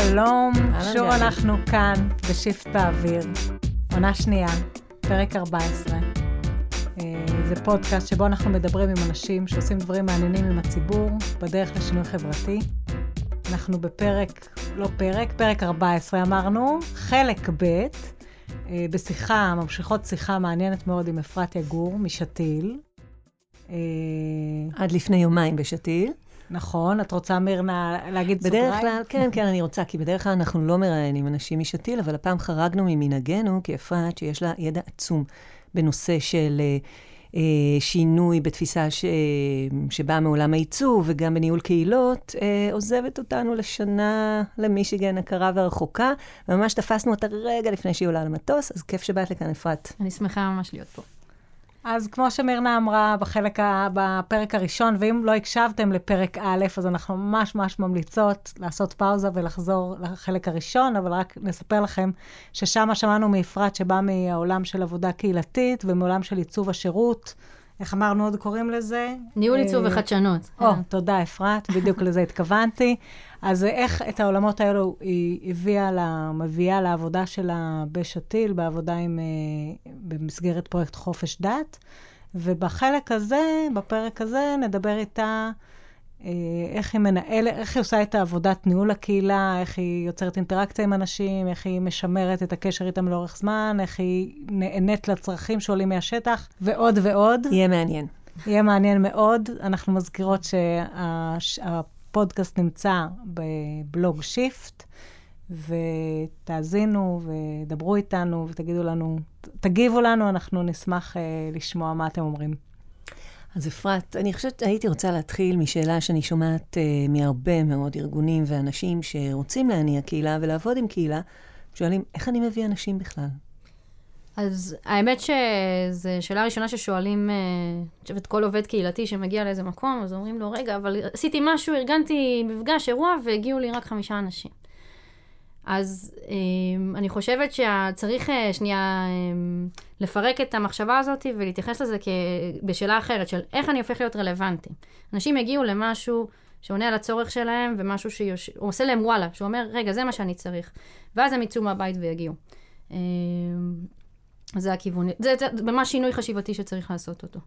שלום, שוב אנחנו כאן בשיפט באוויר, עונה שנייה, פרק 14. זה פודקאסט שבו אנחנו מדברים עם אנשים שעושים דברים מעניינים עם הציבור, בדרך לשינוי חברתי. אנחנו פרק 14 אמרנו, חלק ב' בשיחה, ממשיכות שיחה מעניינת מאוד עם אפרת יגור משתיל. עד לפני יומיים בשתיל. נכון, את רוצה מירנה להגיד סוגריים? בדרך כלל, כן, אני רוצה, כי בדרך כלל אנחנו לא מראיינים אנשים משתיל, אבל הפעם חרגנו ממנהגנו, כי אפרת שיש לה ידע עצום בנושא של שינוי בתפיסה שבאה מעולם הייצוא, וגם בניהול קהילות, עוזבת אותנו לשנה למישיגן הקרה והרחוקה, וממש תפסנו אותה רגע לפני שהיא עולה למטוס, אז כיף שבאת לכאן, אפרת. אני שמחה ממש להיות פה. אז כמו שמירנה אמרה בפרק הראשון, ואם לא הקשבתם לפרק א', אז אנחנו ממש ממליצות לעשות פאוזה ולחזור לחלק הראשון, אבל רק נספר לכם ששם שמענו מאפרת שבא מהעולם של עבודה קהילתית, ומעולם של עיצוב השירות. איך אמרנו עוד קוראים לזה? ניהול עיצוב וחדשנות. תודה אפרת, בדיוק לזה התכוונתי. אז איך את העולמות האלו היא מביאה לעבודה שלה בשתיל, בעבודה במסגרת פרויקט חופש דת, ובחלק הזה, בפרק הזה, נדבר איתה איך היא עושה את העבודת ניהול הקהילה, איך היא יוצרת אינטראקציה עם אנשים, איך היא משמרת את הקשר איתם לאורך זמן, איך היא נענית לצרכים שעולים מהשטח, ועוד ועוד. יהיה מעניין מאוד. אנחנו מזכירות הפודקאסט נמצא בבלוג שיפט, ותאזינו ודברו איתנו תגיבו לנו, אנחנו נשמח לשמוע מה אתם אומרים. אז אפרת, אני חושבת, הייתי רוצה להתחיל משאלה שאני שומעת מהרבה מאוד ארגונים ואנשים שרוצים להניע קהילה ולעבוד עם קהילה, שואלים, איך אני מביא אנשים בכלל? אז האמת שזו שאלה ראשונה ששואלים, את כל עובד קהילתי שמגיע לאיזה מקום, אז אומרים לו, רגע, אבל עשיתי משהו, ארגנתי מפגש, אירוע, והגיעו לי רק 5 אנשים. אז אני חושבת שצריך שנייה לפרק את המחשבה הזאת ולהתייחס לזה בשאלה אחרת, של איך אני הופך להיות רלוונטי. אנשים הגיעו למשהו שעונה על הצורך שלהם, ומשהו שהוא עושה להם וואלה, שהוא אומר, רגע, זה מה שאני צריך. ואז הם יצאו מהבית ויגיעו. זה הכיוון. זה ממש שינוי חשיבתי שצריך לעשות אותו.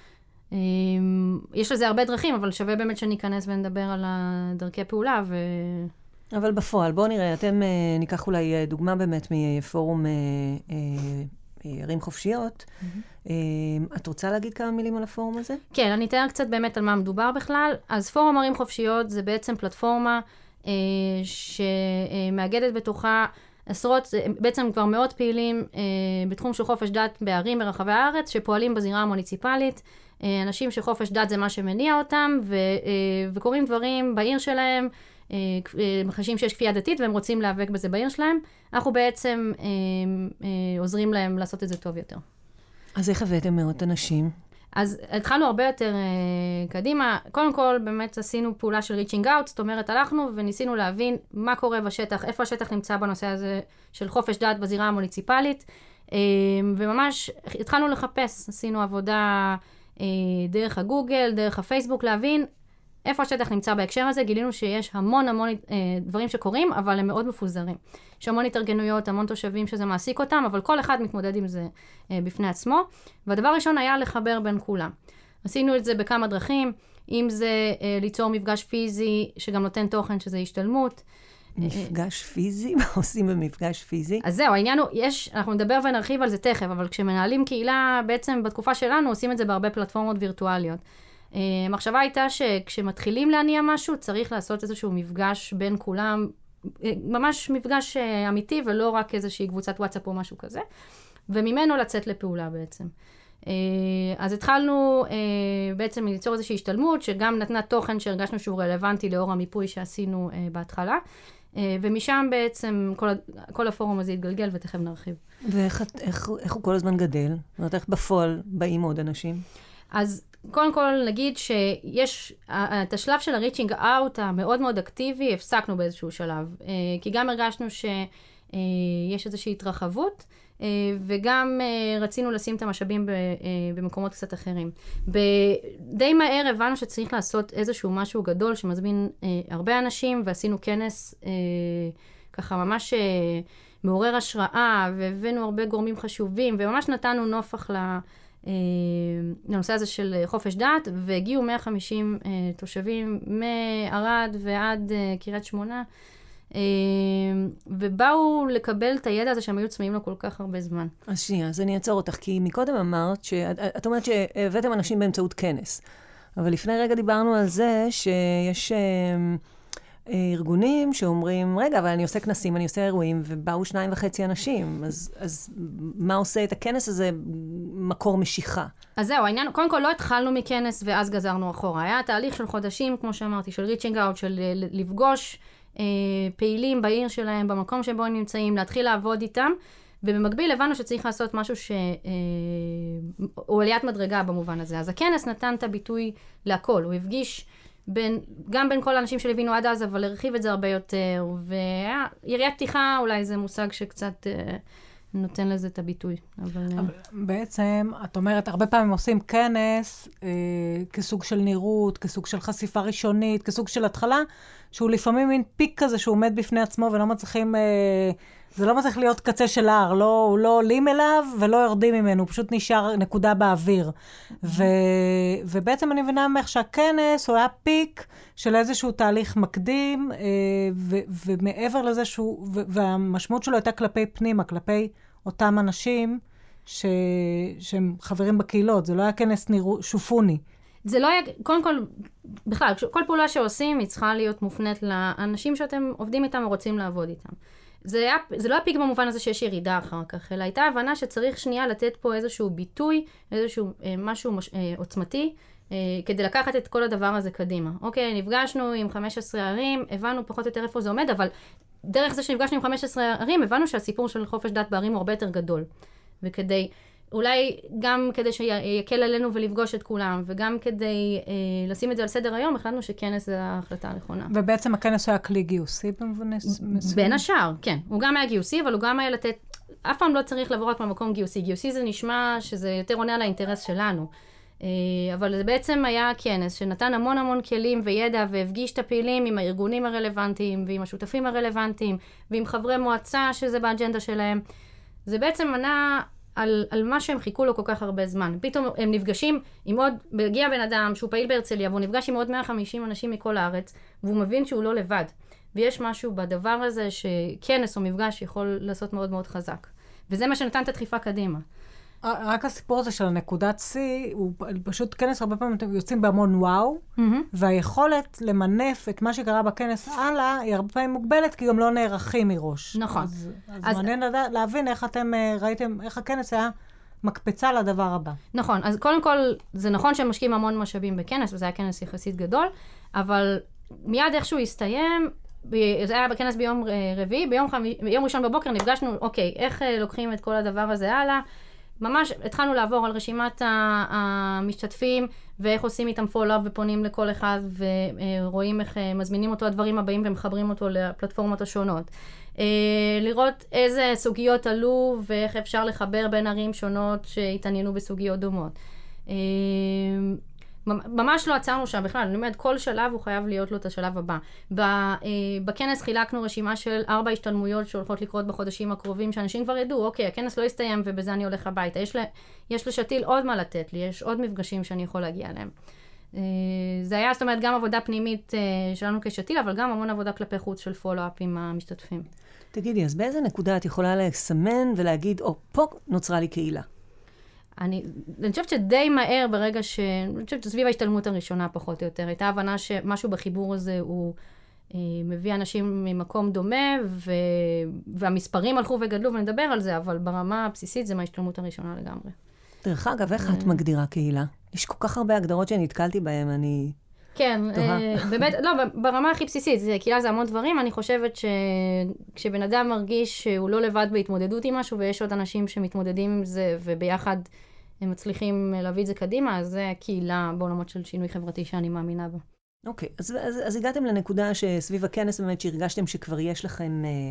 יש לזה הרבה דרכים, אבל שווה באמת שניכנס ונדבר על דרכי פעולה אבל בפועל, בואו נראה, ניקח אולי דוגמה באמת מפורום ערים חופשיות. את רוצה להגיד כמה מילים על הפורום הזה? כן, אני אתאר קצת באמת על מה מדובר בכלל. אז פורום ערים חופשיות זה בעצם פלטפורמה שמאגדת בתוכה בעצם כבר מאות פעילים בתחום של חופש דת בערים ברחבי הארץ, שפועלים בזירה המוניציפלית. אנשים שחופש דת זה מה שמניע אותם, וקוראים דברים בעיר שלהם, מחשים שיש כפייה דתית, והם רוצים להיאבק בזה בעיר שלהם. אנחנו בעצם עוזרים להם לעשות את זה טוב יותר. אז איך הבאתם מאות אנשים? אז התחלנו הרבה יותר קדימה. קודם כל, באמת עשינו פעולה של reaching out, זאת אומרת, הלכנו וניסינו להבין מה קורה בשטח, איפה השטח נמצא בנושא הזה של חופש דת בזירה המוניציפלית, וממש התחלנו לחפש, עשינו עבודה דרך הגוגל, דרך הפייסבוק, להבין איפה השטח נמצא בהקשר הזה. גילינו שיש המון דברים שקורים, אבל הם מאוד מפוזרים. יש המון התארגנויות, המון תושבים שזה מעסיק אותם, אבל כל אחד מתמודד עם זה בפני עצמו. והדבר הראשון היה לחבר בין כולם. עשינו את זה בכמה דרכים, אם זה ליצור מפגש פיזי, שגם נותן תוכן שזה השתלמות. מפגש פיזי? מה עושים במפגש פיזי? אז זהו, העניין הוא, אנחנו נדבר ונרחיב על זה תכף, אבל כשמנהלים קהילה, בעצם בתקופה שלנו עושים את זה בהרבה פלטפורמות וירטואליות. המחשבה הייתה שכשמתחילים להניע משהו, צריך לעשות איזשהו מפגש בין כולם, ממש מפגש אמיתי, ולא רק איזושהי קבוצת וואטסאפ או משהו כזה, וממנו לצאת לפעולה בעצם. אז התחלנו בעצם ליצור איזושהי השתלמות, שגם נתנה תוכן שהרגשנו שהוא רלוונטי לאור המיפוי שעשינו בהתחלה, ומשם בעצם כל הפורום הזה התגלגל, ותכף נרחיב. ואיך הוא כל הזמן גדל? זאת אומרת, איך בפועל באים עוד אנשים? אז קודם כל נגיד שיש את השלב של ה-reaching out המאוד מאוד אקטיבי, הפסקנו באיזשהו שלב, כי גם הרגשנו שיש איזושהי התרחבות, וגם רצינו לשים את המשאבים במקומות קצת אחרים. די מהר הבנו שצריך לעשות איזשהו משהו גדול שמזמין הרבה אנשים, ועשינו כנס ככה ממש מעורר השראה, והבאנו הרבה גורמים חשובים, וממש נתנו נופח לנושא הזה של חופש דת, והגיעו 150 תושבים מערד ועד קריית שמונה, ובאו לקבל את הידע הזה שהם היו צמאים לו כל כך הרבה זמן. אז שנייה, אז אני אעצור אותך, כי מקודם אמרת, את אומרת שהבאתם אנשים באמצעות כנס, אבל לפני רגע דיברנו על זה שיש ארגונים שאומרים, רגע, אבל אני עושה כנסים, אני עושה אירועים, ובאו 2.5 אנשים, אז מה עושה את הכנס הזה מקור משיכה? אז זהו, העניין, קודם כל לא התחלנו מכנס ואז גזרנו אחורה. היה תהליך של חודשים, כמו שאמרתי, של reaching out, של לפגוש פעילים בעיר שלהם, במקום שבו הם נמצאים, להתחיל לעבוד איתם, ובמקביל הבנו שצריך לעשות משהו הוא עליית מדרגה במובן הזה. אז הכנס נתן את הביטוי להכל, הוא הפגיש גם בין כל האנשים שליווינו עד אז, אבל הרחיב את זה הרבה יותר, ויריית פתיחה אולי זה מושג שקצת נותן לזה את הביטוי. אבל בעצם, את אומרת, הרבה פעמים עושים כנס כסוג של נראות, כסוג של חשיפה ראשונית, כסוג של התחלה, שהוא לפעמים מין פיק כזה שהוא עומד בפני עצמו, ולא מצליחים, זה לא מצליח להיות קצה של הר, הוא לא עולים אליו ולא יורדים ממנו, הוא פשוט נשאר נקודה באוויר. ובעצם אני מבינה ממך שהכנס הוא היה פיק של איזשהו תהליך מקדים, ומעבר לזה והמשמעות שלו הייתה כלפי פנימה, כלפי אותם אנשים שהם חברים בקהילות, זה לא היה כנס שופוני. זה לא היה, קודם כל, בכלל, כל פעולה שעושים היא צריכה להיות מופנית לאנשים שאתם עובדים איתם או רוצים לעבוד איתם. זה לא הפיק במובן הזה שיש ירידה אחר כך, אלא הייתה הבנה שצריך שנייה לתת פה איזשהו ביטוי, איזשהו משהו עוצמתי, כדי לקחת את כל הדבר הזה קדימה. אוקיי, נפגשנו עם 15 ערים, הבנו פחות או יותר איפה זה עומד, אבל דרך זה שנפגשנו עם 15 ערים, הבנו שהסיפור של חופש דת בערים הוא הרבה יותר גדול. וכדי, אולי גם כדי שיקל עלינו ולפגוש את כולם, וגם כדי לשים את זה על סדר היום, החלטנו שכנס זה ההחלטה הנכונה. ובעצם הכנס היה כלי גיוסי במובנס? בין השאר, כן. הוא גם היה גיוסי, אבל הוא גם היה לתת, אף פעם לא צריך לבוא רק במקום גיוסי. גיוסי זה נשמע שזה יותר עונה על האינטרס שלנו. אבל זה בעצם היה כנס שנתן המון המון כלים וידע, והפגיש את הפעילים עם הארגונים הרלוונטיים, ועם השותפים הרלוונטיים, ועם חברי מועצה שזה באג'נדה שלהם. זה בעצם מנה על מה שהם חיכו לו כל כך הרבה זמן. פתאום הם נפגשים עם עוד, מגיע בן אדם שהוא פעיל בהרצליה, והוא נפגש עם עוד 150 אנשים מכל הארץ, והוא מבין שהוא לא לבד. ויש משהו בדבר הזה שכנס או מפגש יכול לעשות מאוד מאוד חזק. וזה מה שנתן את הדחיפה קדימה. רק הסיפור הזה של הנקודת C, הוא פשוט כנס, הרבה פעמים אתם יוצאים בהמון וואו, והיכולת למנף את מה שקרה בכנס הלאה, היא הרבה פעמים מוגבלת, כי גם לא נערכים מראש. נכון. אז מעניין להבין איך אתם ראיתם, איך הכנס היה מקפצה לדבר הבא. נכון, אז קודם כל, זה נכון שהם משקיעים המון משאבים בכנס, וזה היה כנס יחסית גדול, אבל מיד איכשהו הסתיים, זה היה בכנס ביום רביעי, ביום ראשון בבוקר נפגשנו, אוקיי, איך לוקחים את כל הדבר הזה הלאה, ממש התחלנו לעבור על רשימת המשתתפים, ואיך עושים איתם פולו-אפ ופונים לכל אחד, ורואים איך מזמינים אותו הדברים הבאים ומחברים אותו לפלטפורמות השונות. לראות איזה סוגיות עלו, ואיך אפשר לחבר בין ערים שונות שהתעניינו בסוגיות דומות. ממש לא עצרנו שם בכלל, אני אומרת, כל שלב הוא חייב להיות לו את השלב הבא. בכנס חילקנו רשימה של 4 השתלמויות שהולכות לקרות בחודשים הקרובים, שאנשים כבר ידעו, אוקיי, הכנס לא יסתיים ובזה אני הולך הביתה. יש לשתיל עוד מה לתת לי, יש עוד מפגשים שאני יכול להגיע אליהם. זה היה, זאת אומרת, גם עבודה פנימית שלנו כשתיל, אבל גם המון עבודה כלפי חוץ של פולו-אפ עם המשתתפים. תגידי, אז באיזה נקודה את יכולה לסמן ולהגיד, פה נוצרה לי קהילה? אני חושבת שדי מהר ברגע אני חושבת שסביב ההשתלמות הראשונה פחות או יותר, הייתה הבנה שמשהו בחיבור הזה הוא מביא אנשים ממקום דומה, והמספרים הלכו וגדלו ונדבר על זה, אבל ברמה הבסיסית זה מההשתלמות הראשונה לגמרי. דרך אגב, איך את מגדירה קהילה? יש כל כך הרבה הגדרות שנתקלתי בהן, אני כן, באמת, לא, ברמה הכי בסיסית, קהילה זה המון דברים, אני חושבת שכשבן אדם מרגיש שהוא לא לבד בהתמודדות עם משהו, ויש עוד אנשים שמתמודדים עם זה, וביחד הם מצליחים להביא את זה קדימה, אז זה קהילה בעולמות של שינוי חברתי שאני מאמינה בה. אוקיי, אז הגעתם לנקודה שסביב הכנס באמת שהרגשתם שכבר יש לכם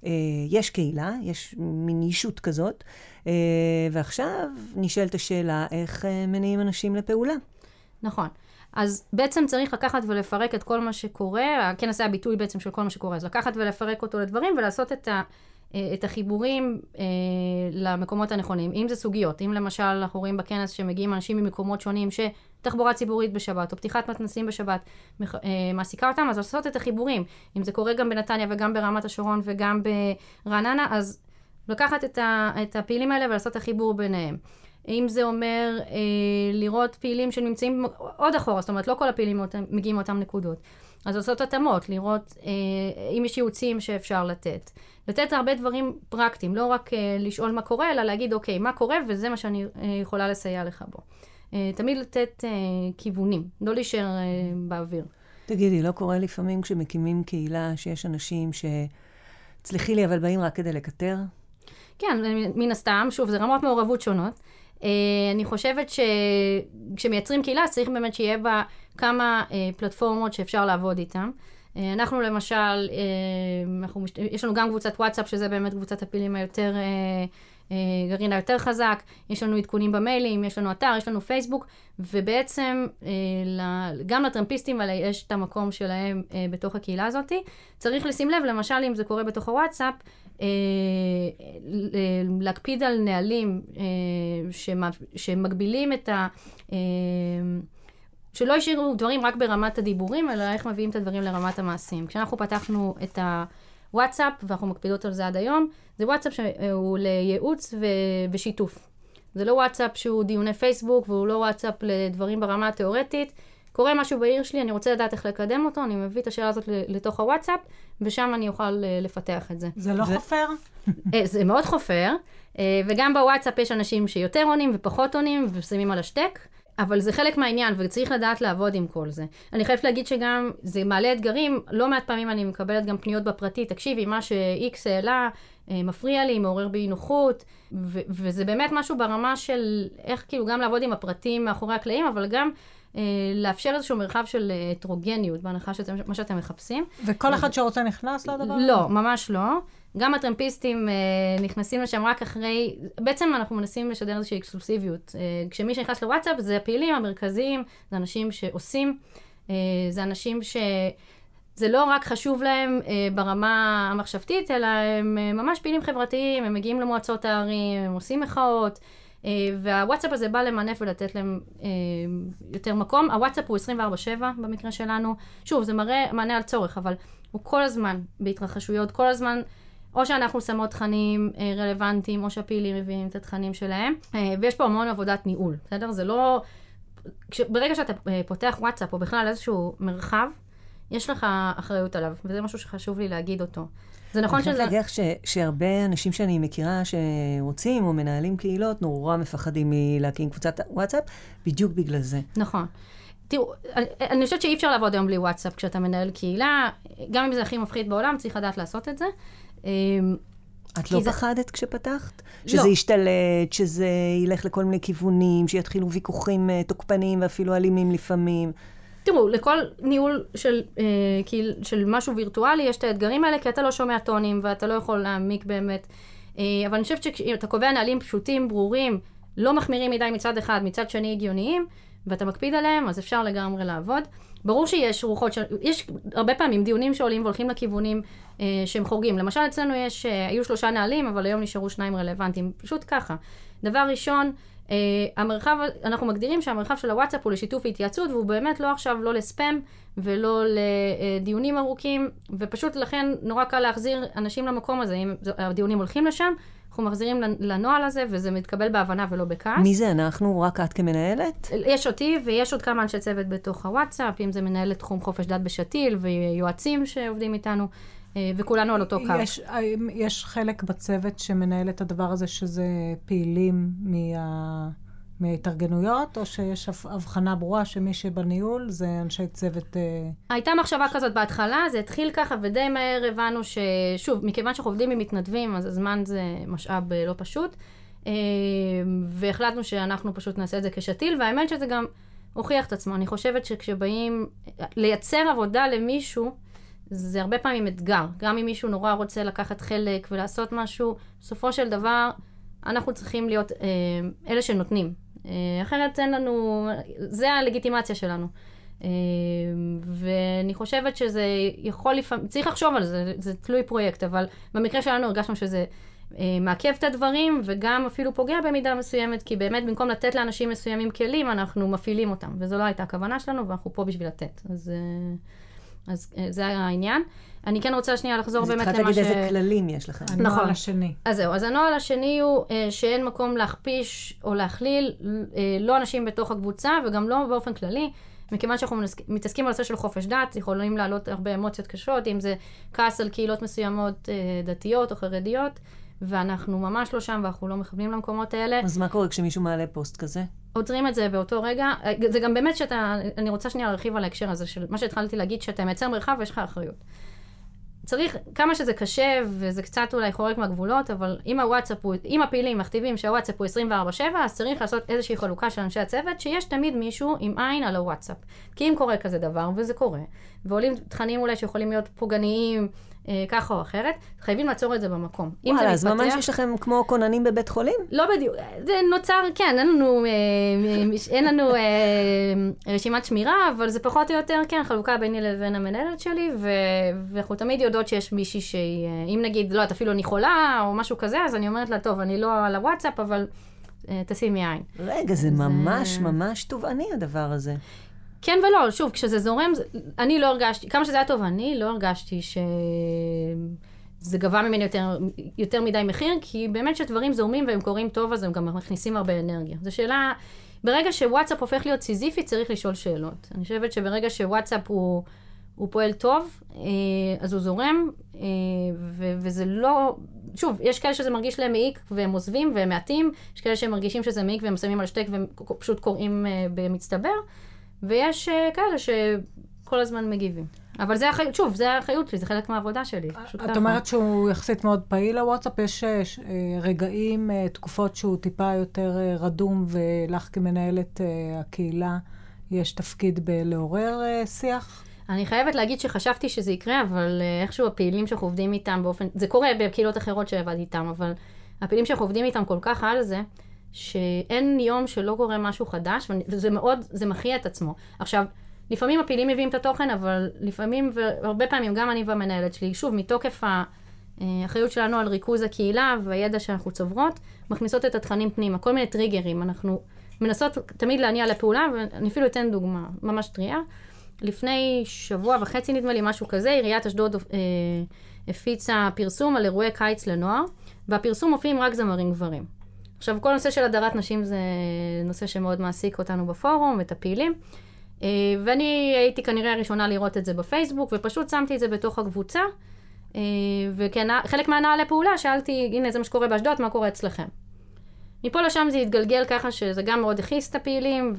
יש קהילה, יש מין אישות כזאת, ועכשיו נשאלת השאלה איך מניעים אנשים לפעולה. נכון. אז בעצם צריך לקחת ולפרק את כל מה שקורה, הכנס היה ביטוי בעצם של כל מה שקורה, אז לקחת ולפרק אותו לדברים ולעשות את החיבורים למקומות הנכונים. אם זה סוגיות, אם למשל אנחנו רואים בכנס שמגיעים אנשים ממקומות שונים שתחבורה ציבורית בשבת או פתיחת מתנסים בשבת מעסיקה אותם, אז לעשות את החיבורים. אם זה קורה גם בנתניה וגם ברמת השרון וגם ברעננה, אז לקחת את הפעילים האלה ולעשות את החיבור ביניהם. אם זה אומר לראות פעילים שנמצאים עוד אחורה, זאת אומרת, לא כל הפעילים מגיעים מאותם נקודות. אז לעשות התאמות, לראות אם יש ייעוצים שאפשר לתת. לתת הרבה דברים פרקטיים, לא רק לשאול מה קורה, אלא להגיד, אוקיי, מה קורה, וזה מה שאני יכולה לסייע לך בו. תמיד לתת כיוונים, לא להישאר באוויר. תגידי, לא קורה לפעמים כשמקימים קהילה שיש אנשים שצליחי לי, אבל באים רק כדי לקטר? כן, מן הסתם, שוב, זה רמות מעורבות שונות. אני חושבת שכשמייצרים קהילה, צריך באמת שיהיה בה כמה פלטפורמות שאפשר לעבוד איתן. אנחנו למשל, יש לנו גם קבוצת וואטסאפ, שזה באמת קבוצת הפעילים היותר, גרעין היותר חזק, יש לנו עדכונים במיילים, יש לנו אתר, יש לנו פייסבוק, ובעצם גם לטרמפיסטים האלה יש את המקום שלהם בתוך הקהילה הזאת. צריך לשים לב, למשל, אם זה קורה בתוך הוואטסאפ, להקפיד על נהלים שמגבילים את שלא ישאירו דברים רק ברמת הדיבורים, אלא איך מביאים את הדברים לרמת המעשים. כשאנחנו פתחנו את הוואטסאפ, ואנחנו מקפידות על זה עד היום, זה וואטסאפ שהוא לייעוץ ושיתוף. זה לא וואטסאפ שהוא דיוני פייסבוק, והוא לא וואטסאפ לדברים ברמה התיאורטית. קורה משהו בעיר שלי, אני רוצה לדעת איך לקדם אותו, אני מביא את השאלה הזאת לתוך הוואטסאפ, ושם אני אוכל לפתח את זה. זה לא חופר? זה מאוד חופר, וגם בוואטסאפ יש אנשים שיותר עונים ופחות עונים, ושמים על השטק, אבל זה חלק מהעניין, וצריך לדעת לעבוד עם כל זה. אני חייבת להגיד שגם זה מעלה אתגרים, לא מעט פעמים אני מקבלת גם פניות בפרטי, תקשיבי, מה ש-X העלה, מפריע לי, מעורר בי נוחות, וזה באמת משהו ברמה של איך כאילו גם לעבוד עם הפרטים מאחורי הקלעים, אבל גם לאפשר איזשהו מרחב של הטרוגניות, בהנחה שזה מה שאתם מחפשים. וכל אחד שרוצה נכנס לדבר? לא, ממש לא. גם הטרמפיסטים נכנסים לשם רק אחרי, בעצם אנחנו מנסים לשדר איזושהי אקסקלוסיביות. כשמי שנכנס לוואטסאפ זה הפעילים המרכזיים, זה אנשים שעושים, זה אנשים שזה לא רק חשוב להם ברמה המחשבתית, אלא הם ממש פעילים חברתיים, הם מגיעים למועצות הערים, הם עושים מחאות, והוואטסאפ הזה בא למנף ולתת להם יותר מקום. הוואטסאפ הוא 24/7 במקרה שלנו. שוב, זה מענה על צורך, אבל הוא כל הזמן בהתרחשויות, כל הזמן, או שאנחנו שמות תכנים רלוונטיים, או שהפעילים מביאים את התכנים שלהם, ויש פה המון עבודת ניהול, בסדר? זה לא... ברגע שאתה פותח וואטסאפ, או בכלל איזשהו מרחב, יש לך אחריות עליו, וזה משהו שחשוב לי להגיד אותו. זה נכון שזה... אני חושבת להגיד שהרבה אנשים שאני מכירה שרוצים או מנהלים קהילות, נורא מפחדים מלהקים קבוצת וואטסאפ, בדיוק בגלל זה. נכון. תראו, אני חושבת שאי אפשר לעבוד היום בלי וואטסאפ כשאתה מנהל קהילה, גם אם זה הכי מפחיד בעולם, צריך לדעת לעשות את זה. את לא פחדת כשפתחת? שזה ישתלט, שזה ילך לכל מיני כיוונים, שיתחילו ויכוחים תוקפניים ואפילו אלימים לפעמים. תראו, לכל ניהול של משהו וירטואלי יש את האתגרים האלה, כי אתה לא שומע טונים ואתה לא יכול להעמיק באמת. אבל אני חושבת שאתה קובע נהלים פשוטים, ברורים, לא מחמירים מדי מצד אחד, מצד שני הגיוניים, ואתה מקפיד עליהם, אז אפשר לגמרי לעבוד. ברור שיש רוחות, יש הרבה פעמים דיונים שעולים והולכים לכיוונים שהם חורגים. למשל, אצלנו היו 3 נהלים, אבל היום נשארו 2 רלוונטיים. פשוט ככה. דבר ראשון, המרחב, אנחנו מגדירים שהמרחב של הוואטסאפ הוא לשיתוף והתייעצות, והוא באמת לא עכשיו לא לספאם ולא לדיונים ארוכים, ופשוט לכן נורא קל להחזיר אנשים למקום הזה. אם הדיונים הולכים לשם, אנחנו מחזירים לנועל הזה, וזה מתקבל בהבנה ולא בכעס. מי זה אנחנו? רק את כמנהלת? יש אותי, ויש עוד כמה אנשי צוות בתוך הוואטסאפ, אם זה מנהלת תחום חופש דת בשתיל, ויועצים שעובדים איתנו, וכולנו על אותו קו. יש חלק בצוות שמנהל את הדבר הזה, שזה פעילים מההתארגנויות, או שיש הבחנה ברורה שמי שבניהול זה אנשי צוות... הייתה מחשבה כזאת בהתחלה, זה התחיל ככה, ודי מהר הבנו ששוב, מכיוון שאנחנו עובדים עם מתנדבים, אז הזמן זה משאב לא פשוט, והחלטנו שאנחנו פשוט נעשה את זה כשתיל, והאמת שזה גם הוכיח את עצמו. אני חושבת שכשבאים לייצר עבודה למישהו, זה הרבה פעמים אתגר. גם אם מישהו נורא רוצה לקחת חלק ולעשות משהו, בסופו של דבר, אנחנו צריכים להיות אלה שנותנים. אחרת אין לנו, זה הלגיטימציה שלנו. ואני חושבת שזה יכול לפעמים, צריך לחשוב על זה, זה תלוי פרויקט, אבל במקרה שלנו הרגשנו שזה מעכב את הדברים, וגם אפילו פוגע במידה מסוימת, כי באמת במקום לתת לאנשים מסוימים כלים, אנחנו מפעילים אותם, וזו לא הייתה הכוונה שלנו, ואנחנו פה בשביל לתת. אז זה היה העניין. אני כן רוצה שנייה לחזור באמת למה התחלת להגיד איזה כללים יש לכם. הנוהל השני. אז זהו, אז הנוהל השני הוא שאין מקום להכפיש או להכליל, לא אנשים בתוך הקבוצה, וגם לא באופן כללי, מכיוון שאנחנו מתעסקים בנושא של חופש דת, יכולים לעלות הרבה אמוציות קשות, אם זה כעס על קהילות מסוימות דתיות או חרדיות, ואנחנו ממש לא שם, ואנחנו לא מכוונים למקומות האלה. אז מה קורה כשמישהו מעלה פוסט כזה? עוצרים את זה באותו רגע. זה גם באמת אני רוצה שנייה להרחיב על ההקשר הזה, של מה שהתחלתי להגיד, שאתה מייצר מרחב ויש לך אחריות. צריך, כמה שזה קשה, וזה קצת אולי חורק מהגבולות, אבל אם הפעילים מכתיבים שהוואטסאפ הוא 24/7, אז צריך לעשות איזושהי חלוקה של אנשי הצוות, שיש תמיד מישהו עם עין על הוואטסאפ. כי אם קורה כזה דבר, וזה קורה, ועולים תכנים אולי שיכולים להיות פוגעניים, ככה או אחרת, חייבים לעצור את זה במקום. וואלה, אז ממש יש לכם כמו כוננים בבית חולים? לא בדיוק, זה נוצר, כן, אין לנו רשימת שמירה, אבל זה פחות או יותר, כן, חלוקה ביני לבין המנהלת שלי, ואנחנו תמיד יודעות שיש מישהי שהיא, אם נגיד, לא, את אפילו אני חולה, או משהו כזה, אז אני אומרת לה, טוב, אני לא על הוואטסאפ, אבל תשימי עין. רגע, זה ממש ממש תובעני הדבר הזה. כן ולא, שוב, כשזה זורם, אני לא הרגשתי, כמה שזה היה טוב, אני לא הרגשתי שזה גבה ממני יותר מדי מחיר, כי באמת שדברים זורמים והם קוראים טוב, אז הם גם מכניסים הרבה אנרגיה. זו שאלה, ברגע שוואטסאפ הופך להיות סיזיפי, צריך לשאול שאלות. אני חושבת שברגע שוואטסאפ הוא פועל טוב, אז הוא זורם, וזה לא, שוב, יש כאלה שזה מרגיש להם מעיק והם עוזבים והם מעטים, יש כאלה שהם מרגישים שזה מעיק והם שמים על שטק והם פשוט קוראים במצטבר, ויש כאלה שכל הזמן מגיבים. אבל זה החיות, שוב, זה החיות שלי, זה חלק מהעבודה שלי. את אומרת שהוא יחסית מאוד פעיל לוואטסאפ, יש רגעים, תקופות שהוא טיפה יותר רדום, ולך כמנהלת הקהילה יש תפקיד בלעורר שיח? אני חייבת להגיד שחשבתי שזה יקרה, אבל איכשהו הפעילים שאנחנו עובדים איתם באופן, זה קורה בקהילות אחרות שעבד איתם, אבל הפעילים שאנחנו עובדים איתם כל כך על זה, שאין יום שלא קורה משהו חדש, וזה מאוד, זה מכריע את עצמו. עכשיו, לפעמים הפעילים מביאים את התוכן, אבל לפעמים, והרבה פעמים, גם אני והמנהלת שלי, שוב, מתוקף האחריות שלנו על ריכוז הקהילה והידע שאנחנו צוברות, מכניסות את התכנים פנימה, כל מיני טריגרים. אנחנו מנסות תמיד להניע לפעולה, ואני אפילו אתן דוגמה, ממש טריה. לפני שבוע וחצי נדמה לי משהו כזה, עיריית אשדוד הפיצה פרסום על אירועי קיץ לנוער, והפרסום מופיעים רק זמרים גברים. עכשיו, כל נושא של הדרת נשים זה נושא שמאוד מעסיק אותנו בפורום, את הפעילים, ואני הייתי כנראה הראשונה לראות את זה בפייסבוק, ופשוט שמתי את זה בתוך הקבוצה, וחלק מהנהלי פעולה שאלתי, הנה זה מה שקורה באשדוד, מה קורה אצלכם? מפה לשם זה התגלגל ככה שזה גם מאוד הכיס את הפעילים,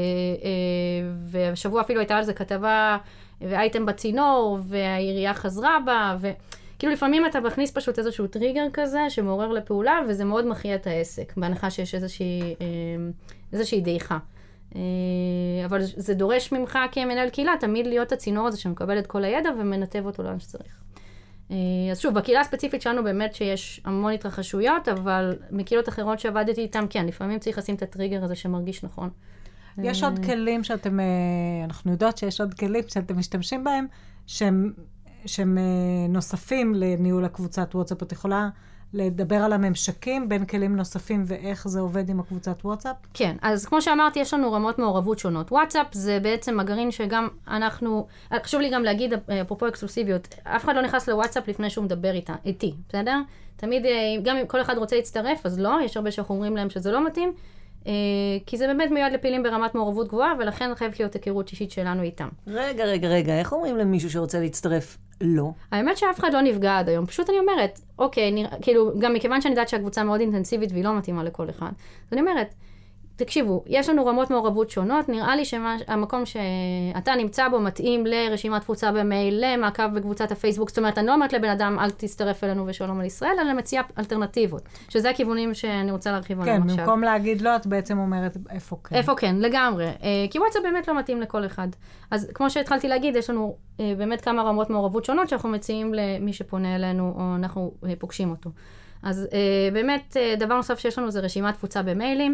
ושבוע אפילו הייתה על זה כתבה, ואייטם בצינור, והעירייה חזרה בה, וכאילו לפעמים אתה מכניס פשוט איזשהו טריגר כזה, שמעורר לפעולה, וזה מאוד מכריע את העסק, בהנחה שיש איזושהי דעיכה. אבל זה דורש ממך כמנהל קהילה, תמיד להיות הצינור הזה שמקבל את כל הידע, ומנתב אותו לאן שצריך. אז שוב, בקהילה הספציפית שלנו באמת שיש המון התרחשויות, אבל מקהילות אחרות שעבדתי איתם, כן, לפעמים צריך לשים את הטריגר הזה שמרגיש נכון. יש עוד כלים שאתם, אנחנו יודעות שיש עוד כלים שאתם משתמשים בהם, שהם נוספים לניהול הקבוצת וואטסאפ. את יכולה לדבר על הממשקים בין כלים נוספים ואיך זה עובד עם הקבוצת וואטסאפ? כן, אז כמו שאמרתי, יש לנו רמות מעורבות שונות. וואטסאפ זה בעצם הגרעין שגם אנחנו, חשוב לי גם להגיד, אפרופו אקסקלוסיביות, אף אחד לא נכנס לוואטסאפ לפני שהוא מדבר איתי, בסדר? תמיד, גם אם כל אחד רוצה להצטרף, אז לא, יש הרבה שאנחנו אומרים להם שזה לא מתאים, כי זה באמת מיועד לפעילים ברמת מעורבות גבוהה, ולכן חייבת להיות היכרות אישית שלנו איתם. רגע, איך אומרים למישהו שרוצה להצטרף? לא. האמת שאף אחד לא נפגע עד היום, פשוט אני אומרת, אוקיי, כאילו, גם מכיוון שאני יודעת שהקבוצה מאוד אינטנסיבית והיא לא מתאימה לכל אחד, אז אני אומרת, תקשיבו, יש לנו רמות מעורבות שונות, נראה לי שהמקום שאתה נמצא בו מתאים לרשימת תפוצה במייל, למעקב בקבוצת הפייסבוק, זאת אומרת, אני לא אומרת לבן אדם, אל תצטרף אלינו ושלום על ישראל, אלא מציע אלטרנטיבות, שזה הכיוונים שאני רוצה להרחיב עליהם עכשיו. כן, במקום להגיד לא, את בעצם אומרת איפה כן. איפה כן, לגמרי. כי וואטסאפ באמת לא מתאים לכל אחד. אז כמו שהתחלתי להגיד, יש לנו באמת כמה רמות מעורבות שונות שאנחנו מציעים למי שפונה אלינו, או אנחנו פוגשים אותו. אז באמת, דבר נוסף שיש לנו זה רשימת תפוצה במיילים.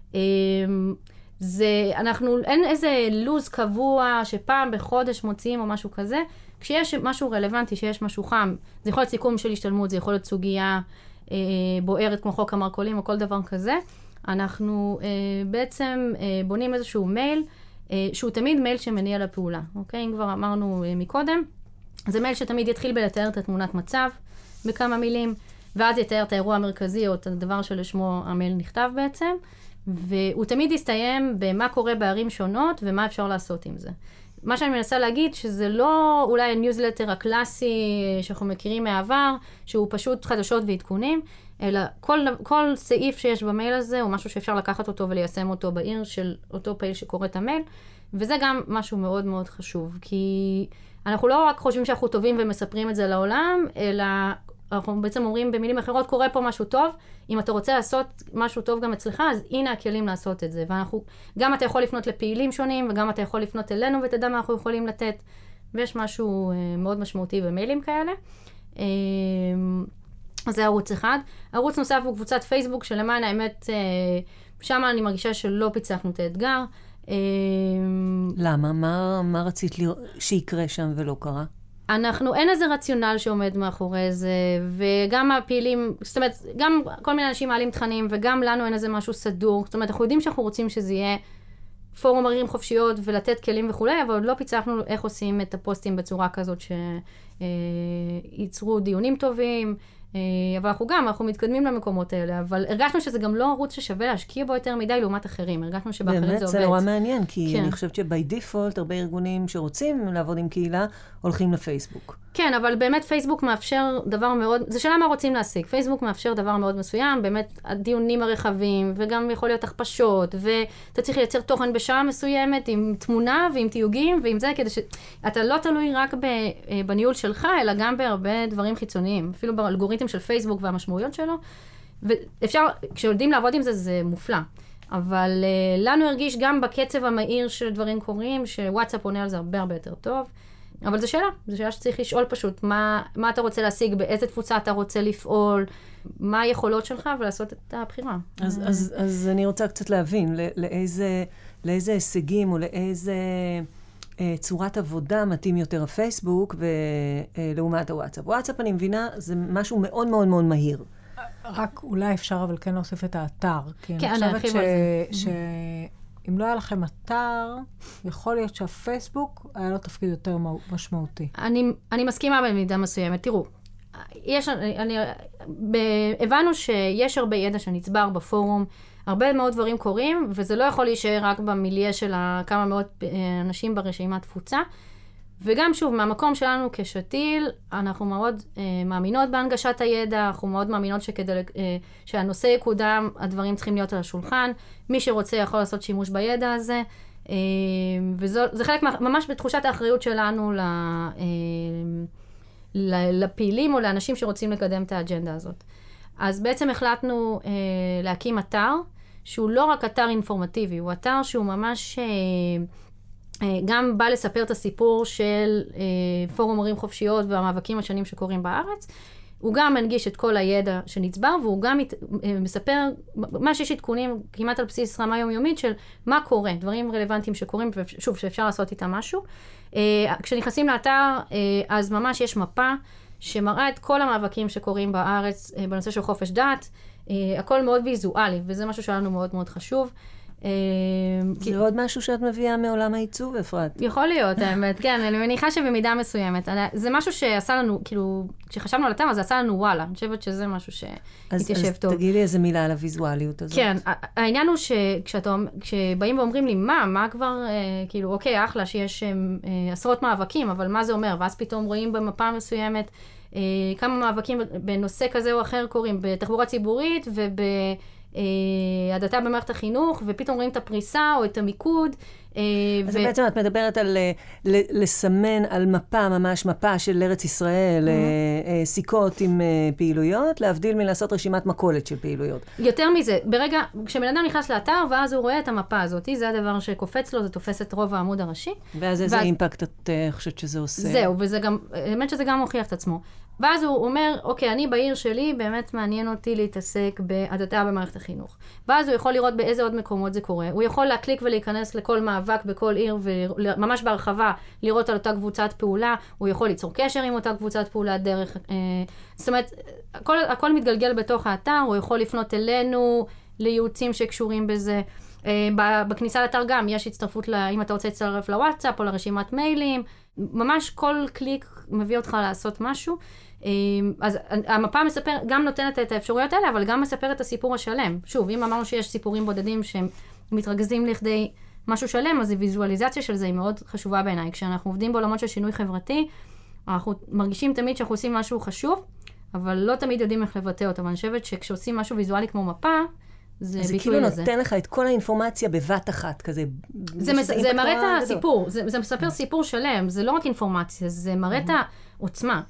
אין איזה לוז קבוע שפעם בחודש מוציאים או משהו כזה. כשיש משהו רלוונטי, שיש משהו חם, זה יכול להיות סיכום של השתלמות, זה יכול להיות סוגיה בוערת כמו חוק המרכולים או כל דבר כזה. אנחנו בעצם בונים איזשהו מייל, שהוא תמיד מייל שמניע לפעולה. אוקיי? אם כבר אמרנו מקודם, זה מייל שתמיד יתחיל בלתאר את התמונת מצב בכמה מילים, ואז יתאר את האירוע המרכזי או את הדבר שלשמו המייל נכתב בעצם, והוא תמיד יסתיים במה קורה בערים שונות ומה אפשר לעשות עם זה. מה שאני מנסה להגיד שזה לא אולי הניוזלטר הקלאסי שאנחנו מכירים מהעבר, שהוא פשוט חדשות ועדכונים, אלא כל סעיף שיש במייל הזה הוא משהו שאפשר לקחת אותו וליישם אותו בעיר של אותו פעיל שקורא את המייל, וזה גם משהו מאוד מאוד חשוב, כי אנחנו לא רק חושבים שאנחנו טובים ומספרים את זה לעולם, אלא אנחנו בעצם אומרים במילים אחרות, קורה פה משהו טוב, אם אתה רוצה לעשות משהו טוב גם אצלך, אז הנה הכלים לעשות את זה. גם אתה יכול לפנות לפעילים שונים, וגם אתה יכול לפנות אלינו ותדע מה אנחנו יכולים לתת. ויש משהו מאוד משמעותי במיילים כאלה. אז זה ערוץ אחד. ערוץ נוסף הוא קבוצת פייסבוק, שלמען האמת, שם אני מרגישה שלא פיצחנו את האתגר. למה? מה רצית שיקרה שם ולא קרה? אין איזה רציונל שעומד מאחורי זה, וגם הפעילים, זאת אומרת, גם כל מיני אנשים מעלים תכנים, וגם לנו אין איזה משהו סדור. זאת אומרת, אנחנו יודעים שאנחנו רוצים שזה יהיה פורום ערים חופשיות ולתת כלים וכולי, אבל עוד לא פיצחנו איך עושים את הפוסטים בצורה כזאת שייצרו דיונים טובים, אבל אנחנו מתקדמים למקומות האלה, אבל הרגשנו שזה גם לא ערוץ ששווה להשקיע בו יותר מדי לעומת אחרים. הרגשנו שבאחרים זה עובד. באמת, זה נורא מעניין, כי אני חושבת שבי דיפולט, הרבה ארגונים שרוצים לעבוד עם קהילה, הולכים לפייסבוק. כן, אבל באמת פייסבוק מאפשר דבר מאוד, זה שאלה מה רוצים להשיג. פייסבוק מאפשר דבר מאוד מסוים, באמת הדיונים הרחבים, וגם יכול להיות הכפשות, ואתה צריך לייצר תוכן בשעה מסוימת, עם תמונה ועם תיוגים, ועם זה, כדי שאתה לא תלוי רק בניהול שלך, אלא גם בהרבה דברים חיצוניים, אפילו באלגוריתם של פייסבוק והמשמעויות שלו, ואפשר, כשיודעים לעבוד עם זה, זה מופלא. אבל לנו הרגיש גם בקצב המהיר של דברים קורים, שוואטסאפ עונה על זה הרבה הרבה יותר טוב. אבל זו שאלה שצריך לשאול פשוט, מה אתה רוצה להשיג, באיזה תפוצה אתה רוצה לפעול, מה היכולות שלך, ולעשות את הבחירה. אז אני רוצה קצת להבין, לאיזה הישגים או לאיזה צורת עבודה מתאים יותר הפייסבוק, ולעומת הוואטסאפ. וואטסאפ, אני מבינה, זה משהו מאוד מאוד מאוד מהיר. רק אולי אפשר אבל כן להוסיף את האתר. כן, אני ארחיב על זה. אם לא היה לכם אתר, יכול להיות שהפייסבוק היה לו תפקיד יותר משמעותי. אני מסכימה במידה מסוימת. תראו, הבנו שיש הרבה ידע שנצבר בפורום, הרבה מאוד דברים קורים, וזה לא יכול להישאר רק במיליה של כמה מאות אנשים ברשימת תפוצה. וגם שוב, מהמקום שלנו כשתיל, אנחנו מאוד מאמינות בהנגשת הידע, אנחנו מאוד מאמינות שכדי שהנושא יקודם, הדברים צריכים להיות על השולחן. מי שרוצה יכול לעשות שימוש בידע הזה, וזה חלק ממש בתחושת האחריות שלנו לפעילים או לאנשים שרוצים לקדם את האג'נדה הזאת. אז בעצם החלטנו להקים אתר, שהוא לא רק אתר אינפורמטיבי, הוא אתר שהוא ממש גם בא לספר את הסיפור של פורום ערים חופשיות והמאבקים השונים שקורים בארץ. הוא גם מנגיש את כל הידע שנצבר, והוא גם מספר, מה שיש עדכונים כמעט על בסיס רמה יומיומית של מה קורה, דברים רלוונטיים שקורים, ושוב, שאפשר לעשות איתם משהו. כשנכנסים לאתר, אז ממש יש מפה שמראה את כל המאבקים שקורים בארץ בנושא של חופש דת, הכל מאוד ויזואלי, וזה משהו שלנו מאוד מאוד חשוב. זה עוד משהו שאת מביאה מעולם העיצוב, אפרת? יכול להיות, האמת, כן, אני מניחה שבמידה מסוימת. זה משהו שעשה לנו, כאילו, כשחשבנו על אתם, אז זה עשה לנו וואלה. אני חושבת שזה משהו שהתיישב טוב. אז תגידי איזה מילה על הוויזואליות הזאת. כן, העניין הוא כשבאים ואומרים לי, מה כבר, כאילו, אוקיי, אחלה שיש עשרות מאבקים, אבל מה זה אומר? ואז פתאום רואים במפה מסוימת כמה מאבקים בנושא כזה או אחר קורים, בתחבורה ציבורית הדתה במערכת החינוך, ופתאום רואים את הפריסה או את המיקוד. אז בעצם את מדברת על לסמן על מפה, ממש מפה של ארץ ישראל, סיכות עם פעילויות, להבדיל מלעשות רשימת מכולת של פעילויות. יותר מזה, ברגע, כשבן אדם נכנס לאתר, ואז הוא רואה את המפה הזאת, זה הדבר שקופץ לו, זה תופס את רוב העמוד הראשי. ואז איזה אימפקט את חושבת שזה עושה? זהו, וזה גם, האמת שזה גם מוכיח את עצמו. ואז הוא אומר, אוקיי, אני בעיר שלי, באמת מעניין אותי להתעסק בהדתה במערכת החינוך. ואז הוא יכול לראות באיזה עוד מקומות זה קורה. הוא יכול להקליק ולהיכנס לכל מאבק בכל עיר, וממש בהרחבה לראות על אותה קבוצת פעולה. הוא יכול ליצור קשר עם אותה קבוצת פעולה דרך... זאת אומרת, הכל מתגלגל בתוך האתר, הוא יכול לפנות אלינו לייעוצים שקשורים בזה. בכניסה לאתר גם יש הצטרפות, אם אתה רוצה להצטרף לוואטסאפ או לרשימת מיילים. ממש כל קליק מביא אותך לעשות משהו. אז המפה גם נותנת את האפשרויות האלה, אבל גם מספר את הסיפור השלם. שוב, אם אמרנו שיש סיפורים בודדים שהם מתרכזים לכדי משהו שלם, אז הוויזואליזציה של זה היא מאוד חשובה בעיניי. כשאנחנו עובדים בעולמות של שינוי חברתי, אנחנו מרגישים תמיד שאנחנו עושים משהו חשוב, אבל לא תמיד יודעים איך לבטא אותו. ואני חושבת שכשעושים משהו ויזואלי כמו מפה, זה ביטוי כאילו לזה. נותן לך את כל האינפורמציה בבת אחת, כזה. זה מראה את הסיפור, זה מספר סיפור שלם, זה לא רק אינפורמציה, זה מראה את העוצמה.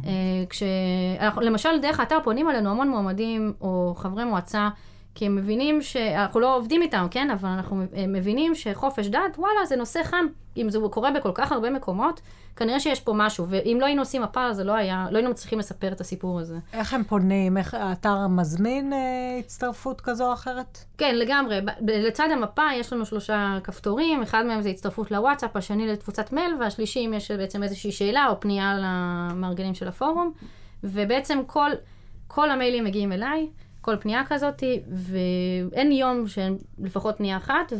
למשל, דרך האתר פונים עלינו המון מועמדים או חברי מועצה, כי הם מבינים שאנחנו לא עובדים איתם, כן? אבל אנחנו מבינים שחופש דת, וואלה, זה נושא חם. אם זה קורה בכל כך הרבה מקומות, כנראה שיש פה משהו, ואם לא היינו עושים מפה, זה לא היינו מצליחים לספר את הסיפור הזה. איך הם פונים? איך האתר מזמין הצטרפות כזו או אחרת? כן, לגמרי. לצד המפה יש לנו 3 כפתורים, אחד מהם זה הצטרפות לוואטסאפ, השני לתפוצת מייל, והשלישי אם יש בעצם איזושהי שאלה או פנייה למארגנים של הפורום, ובעצם כל המיילים מגיעים אליי, כל פנייה כזאת, ואין יום שאין לפחות פנייה אחת,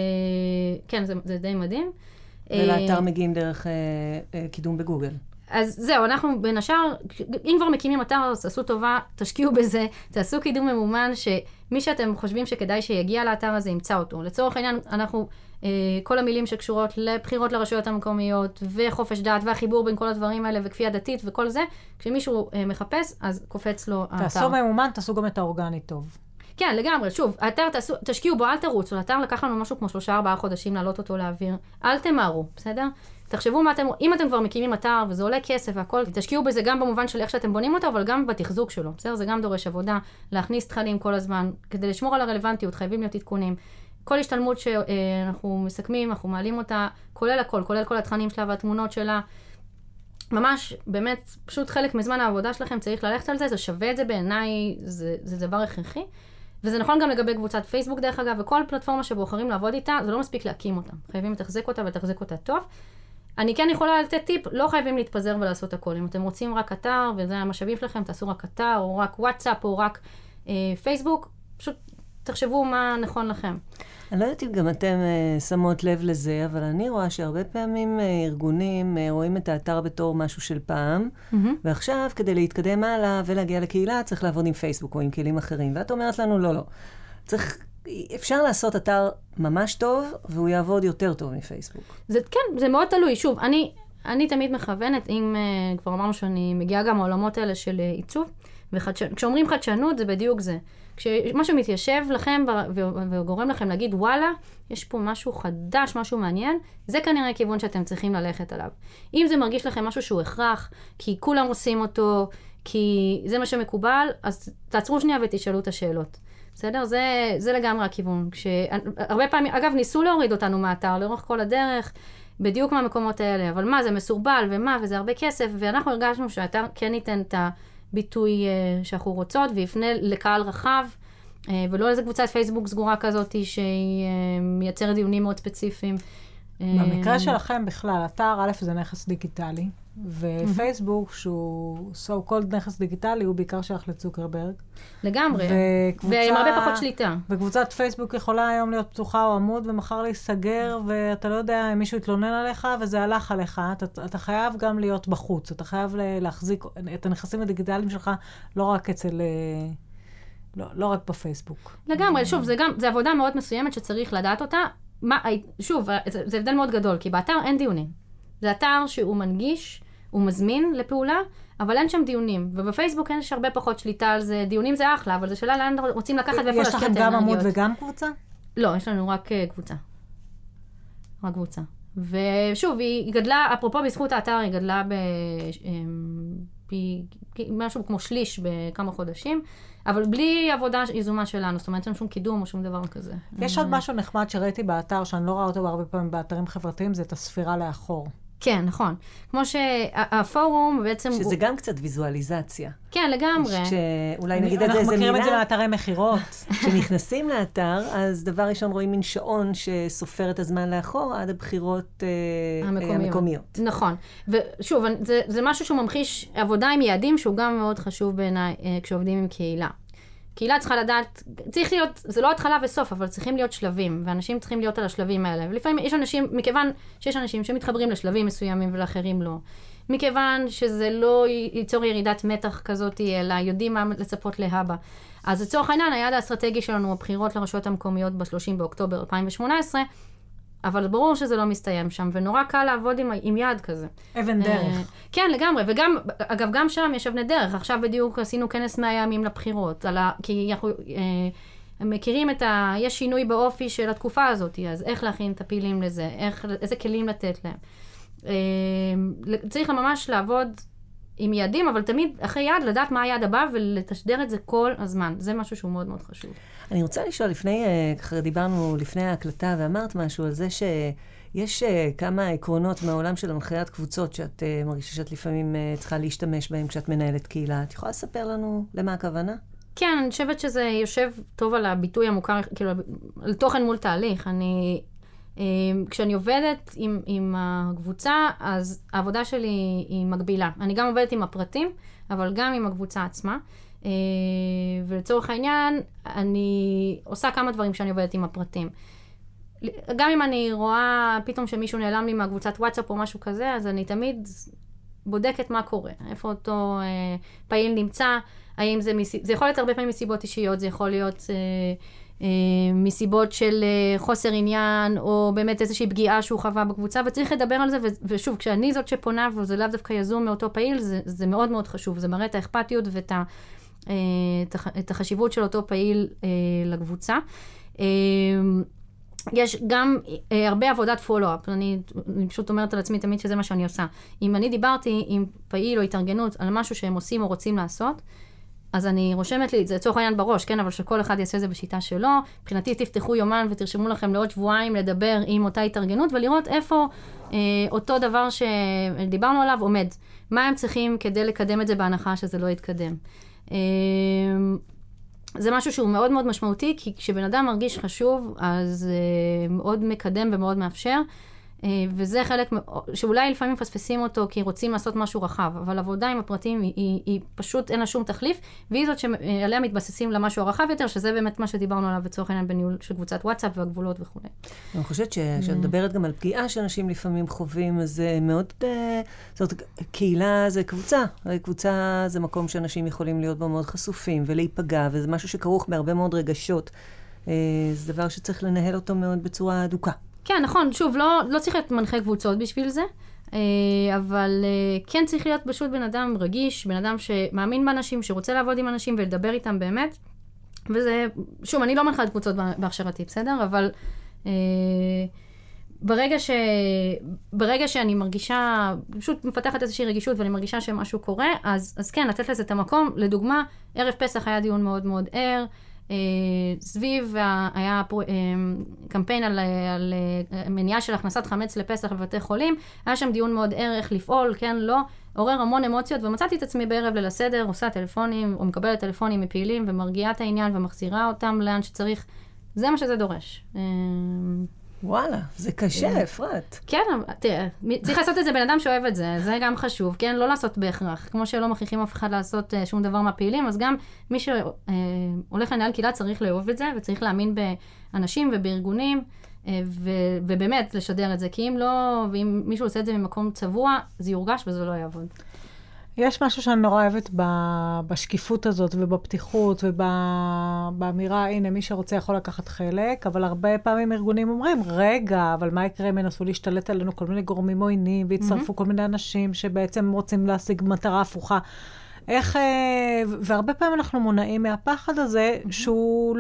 וכן, זה די מדהים. ולאתר מגיעים דרך קידום בגוגל. אז זהו, אנחנו בין השאר, אם כבר מקימים אתר, אז תעשו טובה, תשקיעו בזה, תעשו קידום ממומן, שמי שאתם חושבים שכדאי שיגיע לאתר הזה, ימצא אותו. לצורך העניין, אנחנו, כל המילים שקשורות לבחירות לרשויות המקומיות, וחופש דת, והחיבור בין כל הדברים האלה, וכפייה דתית וכל זה, כשמישהו מחפש, אז קופץ לו האתר. תעשו ממומן, תעשו גם את האורגני טוב. כן, לגמרי. שוב, האתר תשקיעו בו, אל תרוצו. האתר לקח לנו משהו כמו 3-4 חודשים לעלות אותו לאוויר. אל תמהרו, בסדר? תחשבו אם אתם כבר מקימים אתר וזה עולה כסף והכל, תשקיעו בזה גם במובן של איך שאתם בונים אותו, אבל גם בתחזוק שלו. בסדר? זה גם דורש עבודה, להכניס תכנים כל הזמן, כדי לשמור על הרלוונטיות, חייבים להיות עדכונים. כל השתלמות שאנחנו מסכמים, אנחנו מעלים אותה, כולל הכל, כולל כל התכנים שלה והתמונות שלה. ממש, באמת, פשוט חלק מזמן העבודה שלכם צריך ללכת על זה, זה שווה את זה בעיניי, זה דבר הכרחי. וזה נכון גם לגבי קבוצת פייסבוק דרך אגב, וכל פלטפורמה שבוחרים לעבוד איתה, זה לא מספיק להקים אותה. חייבים לתחזק אותה ולתחזק אותה טוב. אני כן יכולה לתת טיפ, לא חייבים להתפזר ולעשות הכל. אם אתם רוצים רק אתר, וזה המשאבים שלכם, תעשו רק אתר, או רק וואטסאפ, או רק פייסבוק, פשוט תחשבו מה נכון לכם. אני לא יודעת אם גם אתם שמות לב לזה, אבל אני רואה שהרבה פעמים ארגונים רואים את האתר בתור משהו של פעם, ועכשיו כדי להתקדם הלאה ולהגיע לקהילה, צריך לעבוד עם פייסבוק או עם כלים אחרים. ואת אומרת לנו, לא. אפשר לעשות אתר ממש טוב, והוא יעבוד יותר טוב מפייסבוק. כן, זה מאוד תלוי. שוב, אני תמיד מכוונת, אם כבר אמרנו שאני מגיעה גם מעולמות האלה של עיצוב, וכשאומרים חדשנות זה בדיוק זה. כשמשהו מתיישב לכם וגורם לכם להגיד, וואלה, יש פה משהו חדש, משהו מעניין, זה כנראה כיוון שאתם צריכים ללכת עליו. אם זה מרגיש לכם משהו שהוא הכרח, כי כולם עושים אותו, כי זה מה שמקובל, אז תעצרו שנייה ותשאלו את השאלות. בסדר? זה לגמרי הכיוון. הרבה פעמים, אגב, ניסו להוריד אותנו מהאתר, לאורך כל הדרך, בדיוק מהמקומות האלה, אבל מה, זה מסורבל ומה, וזה הרבה כסף, ואנחנו הרגשנו שהאתר כן ייתן את הביטוי שאנחנו רוצות, ויפנה לקהל רחב, ולא איזה קבוצת פייסבוק סגורה כזאת, שהיא מייצרת דיונים מאוד ספציפיים. במקרה שלכם בכלל, אתר א' זה נכס דיגיטלי, ופייסבוק, שהוא so called נכס דיגיטלי, הוא בעיקר שייך לצוקרברג. לגמרי, ועם הרבה פחות שליטה. וקבוצת פייסבוק יכולה היום להיות פתוחה או עמוד, ומחר להיסגר, ואתה לא יודע אם מישהו יתלונן עליך, וזה הלך עליך. אתה חייב גם להיות בחוץ, אתה חייב להחזיק את הנכסים הדיגיטליים שלך, לא רק לא רק בפייסבוק. לגמרי, שוב, זה עבודה מאוד מסוימת שצריך לדעת אותה. שוב, זה הבדל מאוד גדול, כי באתר אין דיונים. זה אתר שהוא מנגיש, הוא מזמין לפעולה, אבל אין שם דיונים. ובפייסבוק יש הרבה פחות שליטה על זה. דיונים זה אחלה, אבל זו שאלה לאן רוצים לקחת ואיפה להשקיע את האנרגיות. יש לכם גם עמוד וגם קבוצה? לא, יש לנו רק קבוצה. רק קבוצה. ושוב, היא גדלה, אפרופו בזכות האתר, היא גדלה משהו כמו שליש בכמה חודשים, אבל בלי עבודה יזומה שלנו, זאת אומרת, אין שום קידום או שום דבר כזה. יש עוד משהו נחמד שראיתי באתר, שאני לא רואה אותו הרבה פעמים באתרים חברתיים, זה את הספירה לאחור. כן, נכון. כמו שהפורום בעצם... שזה גם קצת ויזואליזציה. כן, לגמרי. אולי נגיד את זה איזה מילה. אנחנו מכירים את זה באתרי מחירות. כשנכנסים לאתר, אז דבר ראשון רואים מין שעון שסופר את הזמן לאחור עד הבחירות המקומיות. נכון. ושוב, זה משהו שממחיש עבודה עם יעדים, שהוא גם מאוד חשוב בעיניי כשעובדים עם קהילה. קהילה צריכה לדעת, צריך להיות, זה לא התחלה וסוף, אבל צריכים להיות שלבים, ואנשים צריכים להיות על השלבים האלה. ולפעמים יש אנשים, מכיוון שיש אנשים שמתחברים לשלבים מסוימים ולאחרים לא. מכיוון שזה לא ייצור ירידת מתח כזאת, אלא יודעים מה לצפות להבא. אז לצורך העניין, היעד האסטרטגי שלנו, הבחירות לרשויות המקומיות ב-30 באוקטובר 2018, אבל ברור שזה לא מסתיים שם, ונורא קל לעבוד עם יעד כזה. אבן דרך. כן, לגמרי, וגם, אגב, גם שם יש אבני דרך. עכשיו בדיוק עשינו כנס 100 ימים לבחירות, כי אנחנו מכירים יש שינוי באופי של התקופה הזאת, אז איך להכין את הפעילים לזה, איזה כלים לתת להם. צריך ממש לעבוד עם יעדים, אבל תמיד אחרי יעד לדעת מה היעד הבא ולתשדר את זה כל הזמן. זה משהו שהוא מאוד מאוד חשוב. אני רוצה לשאול, ככה דיברנו לפני ההקלטה ואמרת משהו על זה שיש כמה עקרונות מהעולם של הנחיית קבוצות שאת מרגישה שאת לפעמים צריכה להשתמש בהם כשאת מנהלת קהילה. את יכולה לספר לנו למה הכוונה? כן, אני חושבת שזה יושב טוב על הביטוי המוכר, כאילו, על תוכן מול תהליך. כשאני עובדת עם הקבוצה, אז העבודה שלי היא מגבילה. אני גם עובדת עם הפרטים, אבל גם עם הקבוצה עצמה. ולצורך העניין, אני עושה כמה דברים כשאני עובדת עם הפרטים. גם אם אני רואה פתאום שמישהו נעלם לי מהקבוצת וואטסאפ או משהו כזה, אז אני תמיד בודקת מה קורה. איפה אותו פעיל נמצא, האם זה יכול להיות הרבה פעמים מסיבות אישיות, זה יכול להיות מסיבות של חוסר עניין, או באמת איזושהי פגיעה שהוא חווה בקבוצה, וצריך לדבר על זה, ושוב, כשאני זאת שפונה, וזה לאו דווקא יזום מאותו פעיל, זה מאוד מאוד חשוב, זה מראה את האכפתיות ואת החשיבות של אותו פעיל לקבוצה. יש גם הרבה עבודת פולו-אפ, אני פשוט אומרת על עצמי תמיד שזה מה שאני עושה. אם אני דיברתי עם פעיל או התארגנות על משהו שהם עושים או רוצים לעשות, אז אני רושמת לי את זה, לצורך העניין בראש, כן, אבל שכל אחד יעשה את זה בשיטה שלו. מבחינתי תפתחו יומן ותרשמו לכם לעוד שבועיים לדבר עם אותה התארגנות, ולראות איפה אותו דבר שדיברנו עליו עומד. מה הם צריכים כדי לקדם את זה בהנחה שזה לא יתקדם. זה משהו שהוא מאוד מאוד משמעותי, כי כשבן אדם מרגיש חשוב, אז מאוד מקדם ומאוד מאפשר. וזה חלק שאולי לפעמים מפספסים אותו כי רוצים לעשות משהו רחב, אבל עבודה עם הפרטים היא פשוט אין לה שום תחליף, והיא זאת שעליה מתבססים למשהו הרחב יותר, שזה באמת מה שדיברנו עליו בצורך העניין בניהול של קבוצת וואטסאפ והגבולות וכו'. אני חושבת שאת מדברת גם על פגיעה שאנשים לפעמים חווים, אז זה מאוד, זאת אומרת, קהילה זה קבוצה, קבוצה זה מקום שאנשים יכולים להיות בו מאוד חשופים ולהיפגע, וזה משהו שכרוך בהרבה מאוד רגשות. זה דבר שצריך לנהל אותו מאוד בצורה הדוקה. כן, נכון. שוב, לא צריך להיות מנחה קבוצות בשביל זה, אבל כן צריך להיות פשוט בן אדם רגיש, בן אדם שמאמין באנשים, שרוצה לעבוד עם אנשים ולדבר איתם באמת. וזה, שוב, אני לא מנחת קבוצות בהכשרתי, בסדר? אבל ברגע שאני מרגישה, פשוט מפתחת איזושהי רגישות ואני מרגישה שמשהו קורה, אז כן, לתת לזה את המקום. לדוגמה, ערב פסח היה דיון מאוד מאוד ער, סביב היה קמפיין על מניעה של הכנסת חמץ לפסח בבתי חולים, היה שם דיון מאוד ערך לפעול, כן, לא, עורר המון אמוציות, ומצאתי את עצמי בערב ליל הסדר, עושה טלפונים, או מקבלת טלפונים מפעילים, ומרגיעה את העניין ומחזירה אותם לאן שצריך. זה מה שזה דורש. וואלה, זה קשה, אפרת. כן, תראה, צריך לעשות את זה בן אדם שאוהב את זה, זה גם חשוב, כן? לא לעשות בהכרח. כמו שלא מכריחים אף אחד לעשות שום דבר מהפעילים, אז גם מי שהולך לנהל קהילה צריך לאהוב את זה, וצריך להאמין באנשים ובארגונים, ובאמת לשדר את זה, כי אם לא, ואם מישהו עושה את זה ממקום צבוע, זה יורגש וזה לא יעבוד. יש משהו שאני נורא אוהבת בשקיפות הזאת ובפתיחות ובאמירה, הנה, מי שרוצה יכול לקחת חלק, אבל הרבה פעמים ארגונים אומרים, רגע, אבל מה יקרה אם ינסו להשתלט עלינו כל מיני גורמים עוינים, והצטרפו כל מיני אנשים שבעצם רוצים להשיג מטרה הפוכה. והרבה פעמים אנחנו מונעים מהפחד הזה, שהוא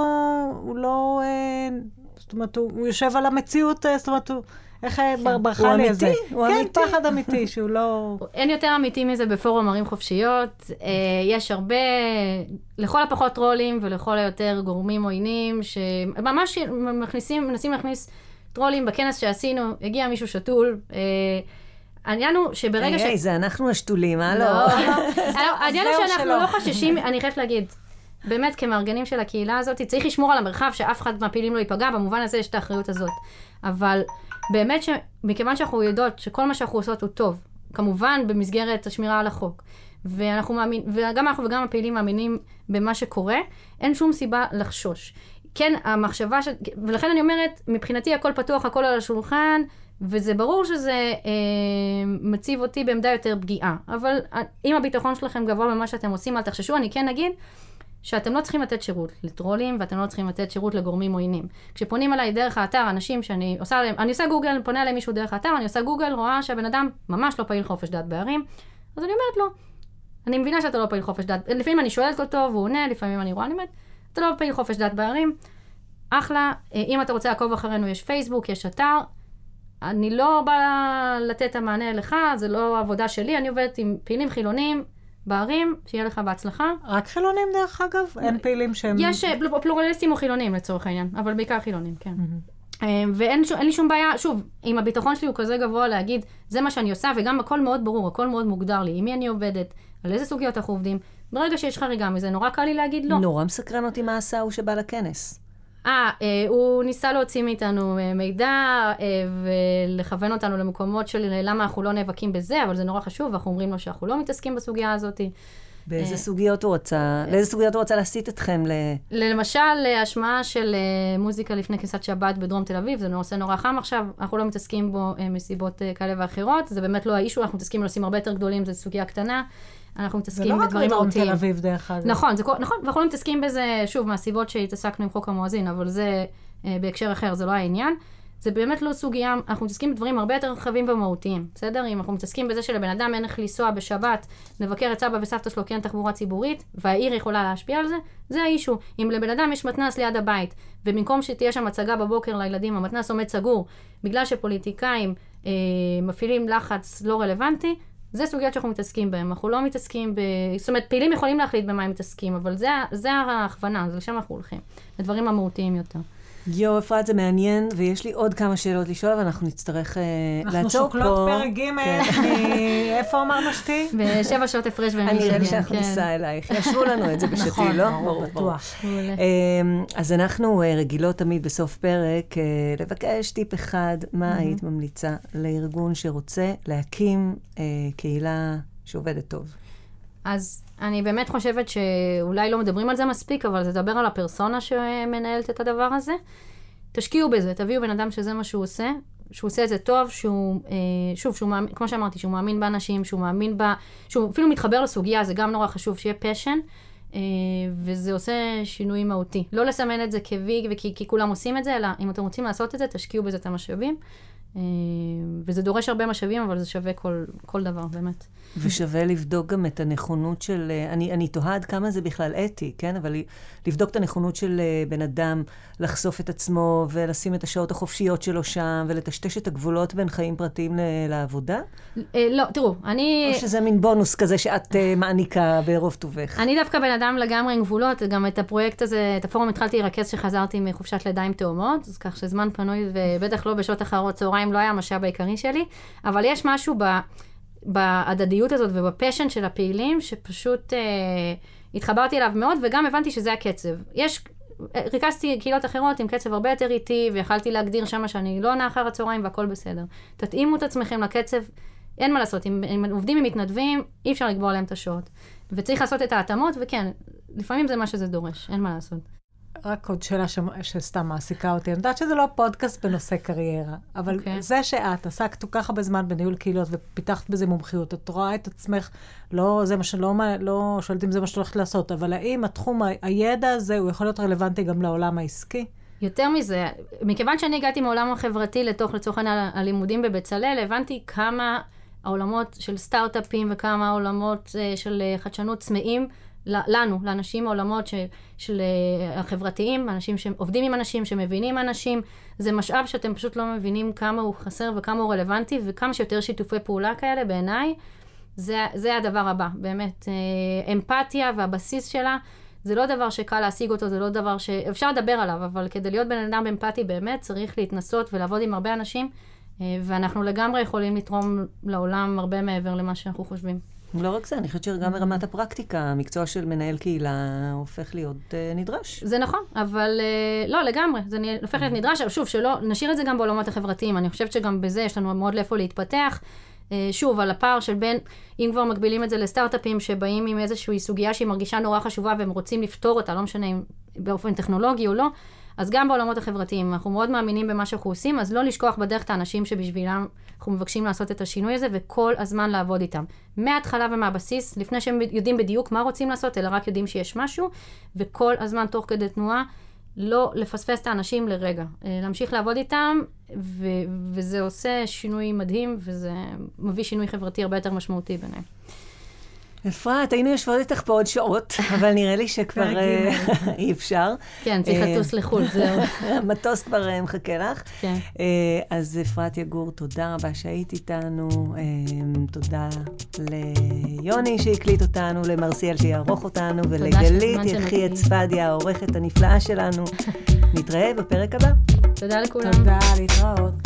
לא, זאת אומרת, הוא יושב על המציאות, זאת אומרת, איך ברכה לי הזה? הוא אמיתי. כן, פחד אמיתי, שהוא לא... אין יותר אמיתי מזה בפורום ערים חופשיות. יש הרבה, לכל הפחות טרולים ולכל היותר גורמים עוינים, שממש מנסים להכניס טרולים. בכנס שעשינו, הגיע מישהו שתול, העניין הוא שברגע זה אנחנו השתולים, לא. העניין הוא שאנחנו לא חוששים, אני חייבת להגיד, באמת כמארגנים של הקהילה הזאת, צריך לשמור על המרחב שאף אחד מהפעילים לא ייפגע, במובן הזה יש את האחריות הזאת. אבל באמת מכיוון שאנחנו יודעות שכל מה שאנחנו עושות הוא טוב, כמובן במסגרת השמירה על החוק, וגם אנחנו וגם הפעילים מאמינים במה שקורה, אין שום סיבה לחשוש. כן, המחשבה ולכן אני אומרת, מבחינתי הכל פתוח, הכל על השולחן, וזה ברור שזה מציב אותי בעמדה יותר פגיעה. אבל אם הביטחון שלכם גבוה במה שאתם עושים, אל תחששו, אני כן אגיד שאתם לא צריכים לתת שירות לטרולים, ואתם לא צריכים לתת שירות לגורמים עוינים. כשפונים אליי דרך האתר, אנשים שאני עושה להם, אני עושה גוגל, פונה אליי מישהו דרך האתר, אני עושה גוגל, רואה שהבן אדם ממש לא פעיל חופש דת בערים, אז אני אומרת לו, אני מבינה שאתה לא פעיל חופש דת. לפעמים אני שואלת אותו, והוא עונה, לפעמים אני רואה, אני אומרת, אתה לא פעיל חופש דת בערים, אחלה, אם אתה רוצה לעקוב אחרינו, יש פייסבוק, יש אתר, אני לא באה לתת את המענה לך, זה לא עבודה שלי, אני עובדת עם פעילים חילונים בערים, שיהיה לך בהצלחה. רק חילונים דרך אגב? אין פעילים שהם... יש פלורליסטים או חילונים לצורך העניין, אבל בעיקר חילונים, כן. ואין לי שום בעיה, שוב, אם הביטחון שלי הוא כזה גבוה להגיד, זה מה שאני עושה, וגם הכל מאוד ברור, הכל מאוד מוגדר לי, עם מי אני עובדת, על איזה סוגיות אנחנו עובדים, ברגע שיש חריגה מזה, נורא קל לי להגיד לא. נורא מסקרן אותי מה עשה הוא שבא לכנס. הוא ניסה להוציא מאיתנו מידע ולכוון אותנו למקומות של למה אנחנו לא נאבקים בזה, אבל זה נורא חשוב, ואנחנו אומרים לו שאנחנו לא מתעסקים בסוגיה הזאת. באיזה סוגיות הוא רצה, לאיזה סוגיות הוא רצה להסיט אתכם למשל, השמעה של מוזיקה לפני כניסת שבת בדרום תל אביב, זה נושא נורא חם עכשיו, אנחנו לא מתעסקים בו מסיבות כאלה ואחרות, זה באמת לא האישו, אנחנו מתעסקים בנושאים הרבה יותר גדולים, זו סוגיה קטנה, אנחנו מתעסקים בדברים מהותיים. זה לא רק בדרום תל אביב דרך אגב. נכון, ואנחנו לא מתעסקים בזה, שוב, מהסיבות שהתעסקנו עם חוק המואזין, אבל זה בהקשר אחר, זה לא העניין. זה באמת לא סוגיה, אנחנו מתעסקים בדברים הרבה יותר רחבים ומהותיים, בסדר? אם אנחנו מתעסקים בזה שלבן אדם אין איך לנסוע בשבת, לבקר את סבא וסבתא שלו כי אין תחבורה ציבורית, והעיר יכולה להשפיע על זה, זה האישו. אם לבן אדם יש מתנ"ס ליד הבית, ובמקום שתהיה שם הצגה בבוקר לילדים, המתנ"ס עומד סגור, בגלל שפוליטיקאים מפעילים לחץ לא רלוונטי, זה סוגיות שאנחנו מתעסקים בהן. אנחנו לא מתעסקים זאת אומרת, פעילים יכולים להחליט במה הם מתעסקים, אבל זה ההכוונה, זה לשם אנחנו הולכים. לדברים המהותיים יותר. אפרת, זה מעניין, ויש לי עוד כמה שאלות לשאול, אבל אנחנו נצטרך לעצור פה. אנחנו שוקלות פרק ג' איפה אמרנו שתי? ב7 שעות הפרש במשך. אני נראה לי שאנחנו ניסע אלייך. ישבו לנו את זה בשתי, לא? נכון, בטוח. אז אנחנו רגילות תמיד בסוף פרק, לבקש טיפ אחד, מה היית ממליצה לארגון שרוצה להקים קהילה שעובדת טוב? אז אני באמת חושבת שאולי לא מדברים על זה מספיק, אבל זה דבר על הפרסונה שמנהלת את הדבר הזה. תשקיעו בזה, תביאו בן אדם שזה מה שהוא עושה, שהוא עושה את זה טוב, שהוא, שוב, שהוא מאמין, כמו שאמרתי, שהוא מאמין באנשים, שהוא מאמין שהוא אפילו מתחבר לסוגיה, זה גם נורא חשוב שיהיה פשן, וזה עושה שינוי מהותי. לא לסמן את זה כוויג וכי כולם עושים את זה, אלא אם אתם רוצים לעשות את זה, תשקיעו בזה את המשאבים. וזה דורש הרבה משאבים, אבל זה שווה כל דבר, באמת. ושווה לבדוק גם את הנכונות של, אני תוהה עד כמה זה בכלל אתי, כן? אבל לבדוק את הנכונות של בן אדם, לחשוף את עצמו ולשים את השעות החופשיות שלו שם, ולטשטש את הגבולות בין חיים פרטיים לעבודה? לא, תראו, אני... או שזה מין בונוס כזה שאת מעניקה ברוב טובך? אני דווקא בן אדם לגמרי עם גבולות, גם את הפרויקט הזה, את הפורום התחלתי לרכז שחזרתי מחופשת לידה עם תאומות, אז כך שזמן פנוי, ובטח לא בשעות אחרות צהריים לא היה המשאב העיקרי שלי, אבל יש משהו בהדדיות הזאת ובפשן של הפעילים, שפשוט התחברתי אליו מאוד, וגם הבנתי שזה הקצב. ריכזתי קהילות אחרות עם קצב הרבה יותר איטי, ויכלתי להגדיר שמה שאני לא עונה אחר הצהריים, והכל בסדר. תתאימו את עצמכם לקצב, אין מה לעשות. אם עובדים עם מתנדבים, אי אפשר לקבוע להם את השעות. וצריך לעשות את ההתאמות, וכן, לפעמים זה מה שזה דורש, אין מה לעשות. רק עוד שאלה שסתם מעסיקה אותי. אני יודעת שזה לא פודקאסט בנושא קריירה, אבל זה שאת עסקת ככה בזמן בניהול קהילות ופיתחת בזה מומחיות, את רואה את עצמך, לא שואלת אם זה מה שאת הולכת לעשות, אבל האם התחום, הידע הזה, הוא יכול להיות רלוונטי גם לעולם העסקי? יותר מזה, מכיוון שאני הגעתי מעולם החברתי לצורך הלימודים בבצלאל, הבנתי כמה העולמות של סטארט-אפים וכמה העולמות של חדשנות צמאים לנו, לאנשים העולמות של החברתיים, אנשים שעובדים עם אנשים, שמבינים אנשים. זה משאב שאתם פשוט לא מבינים כמה הוא חסר וכמה הוא רלוונטי, וכמה שיותר שיתופי פעולה כאלה בעיניי, זה הדבר הבא. באמת, אמפתיה והבסיס שלה, זה לא דבר שקל להשיג אותו, זה לא דבר שאפשר לדבר עליו, אבל כדי להיות בן אדם אמפתי באמת צריך להתנסות ולעבוד עם הרבה אנשים, ואנחנו לגמרי יכולים לתרום לעולם הרבה מעבר למה שאנחנו חושבים. לא רק זה, אני חושבת שגם ברמת הפרקטיקה, המקצוע של מנהל קהילה הופך להיות נדרש. זה נכון, אבל לא, לגמרי, זה הופך להיות נדרש. שוב, שלא, נשאיר את זה גם בעולמות החברתיים. אני חושבת שגם בזה יש לנו מאוד לאיפה להתפתח. שוב, על הפער של בין, אם כבר מגבילים את זה לסטארט-אפים שבאים עם איזושהי סוגיה שהיא מרגישה נורא חשובה והם רוצים לפתור אותה, לא משנה אם באופן טכנולוגי או לא, אז גם בעולמות החברתיים, אנחנו מאוד מאמינים במה שאנחנו עושים, אז לא לשכוח בדרך את האנשים שבשבילם אנחנו מבקשים לעשות את השינוי הזה, וכל הזמן לעבוד איתם. מההתחלה ומהבסיס, לפני שהם יודעים בדיוק מה רוצים לעשות, אלא רק יודעים שיש משהו, וכל הזמן תוך כדי תנועה, לא לפספס את האנשים לרגע. להמשיך לעבוד איתם, וזה עושה שינוי מדהים, וזה מביא שינוי חברתי הרבה יותר משמעותי ביניהם. אפרת, היינו יושבות איתך פה עוד שעות, אבל נראה לי שכבר אי אפשר. כן, צריך לטוס לחו"ל, זהו. המטוס כבר מחכה לך. כן. אז אפרת יגור, תודה רבה שהיית איתנו. תודה ליוני שהקליט אותנו, למרסיאל שיערוך אותנו, ולגלית יחי צפדיה, העורכת הנפלאה שלנו. נתראה בפרק הבא. תודה לכולם. תודה, להתראות.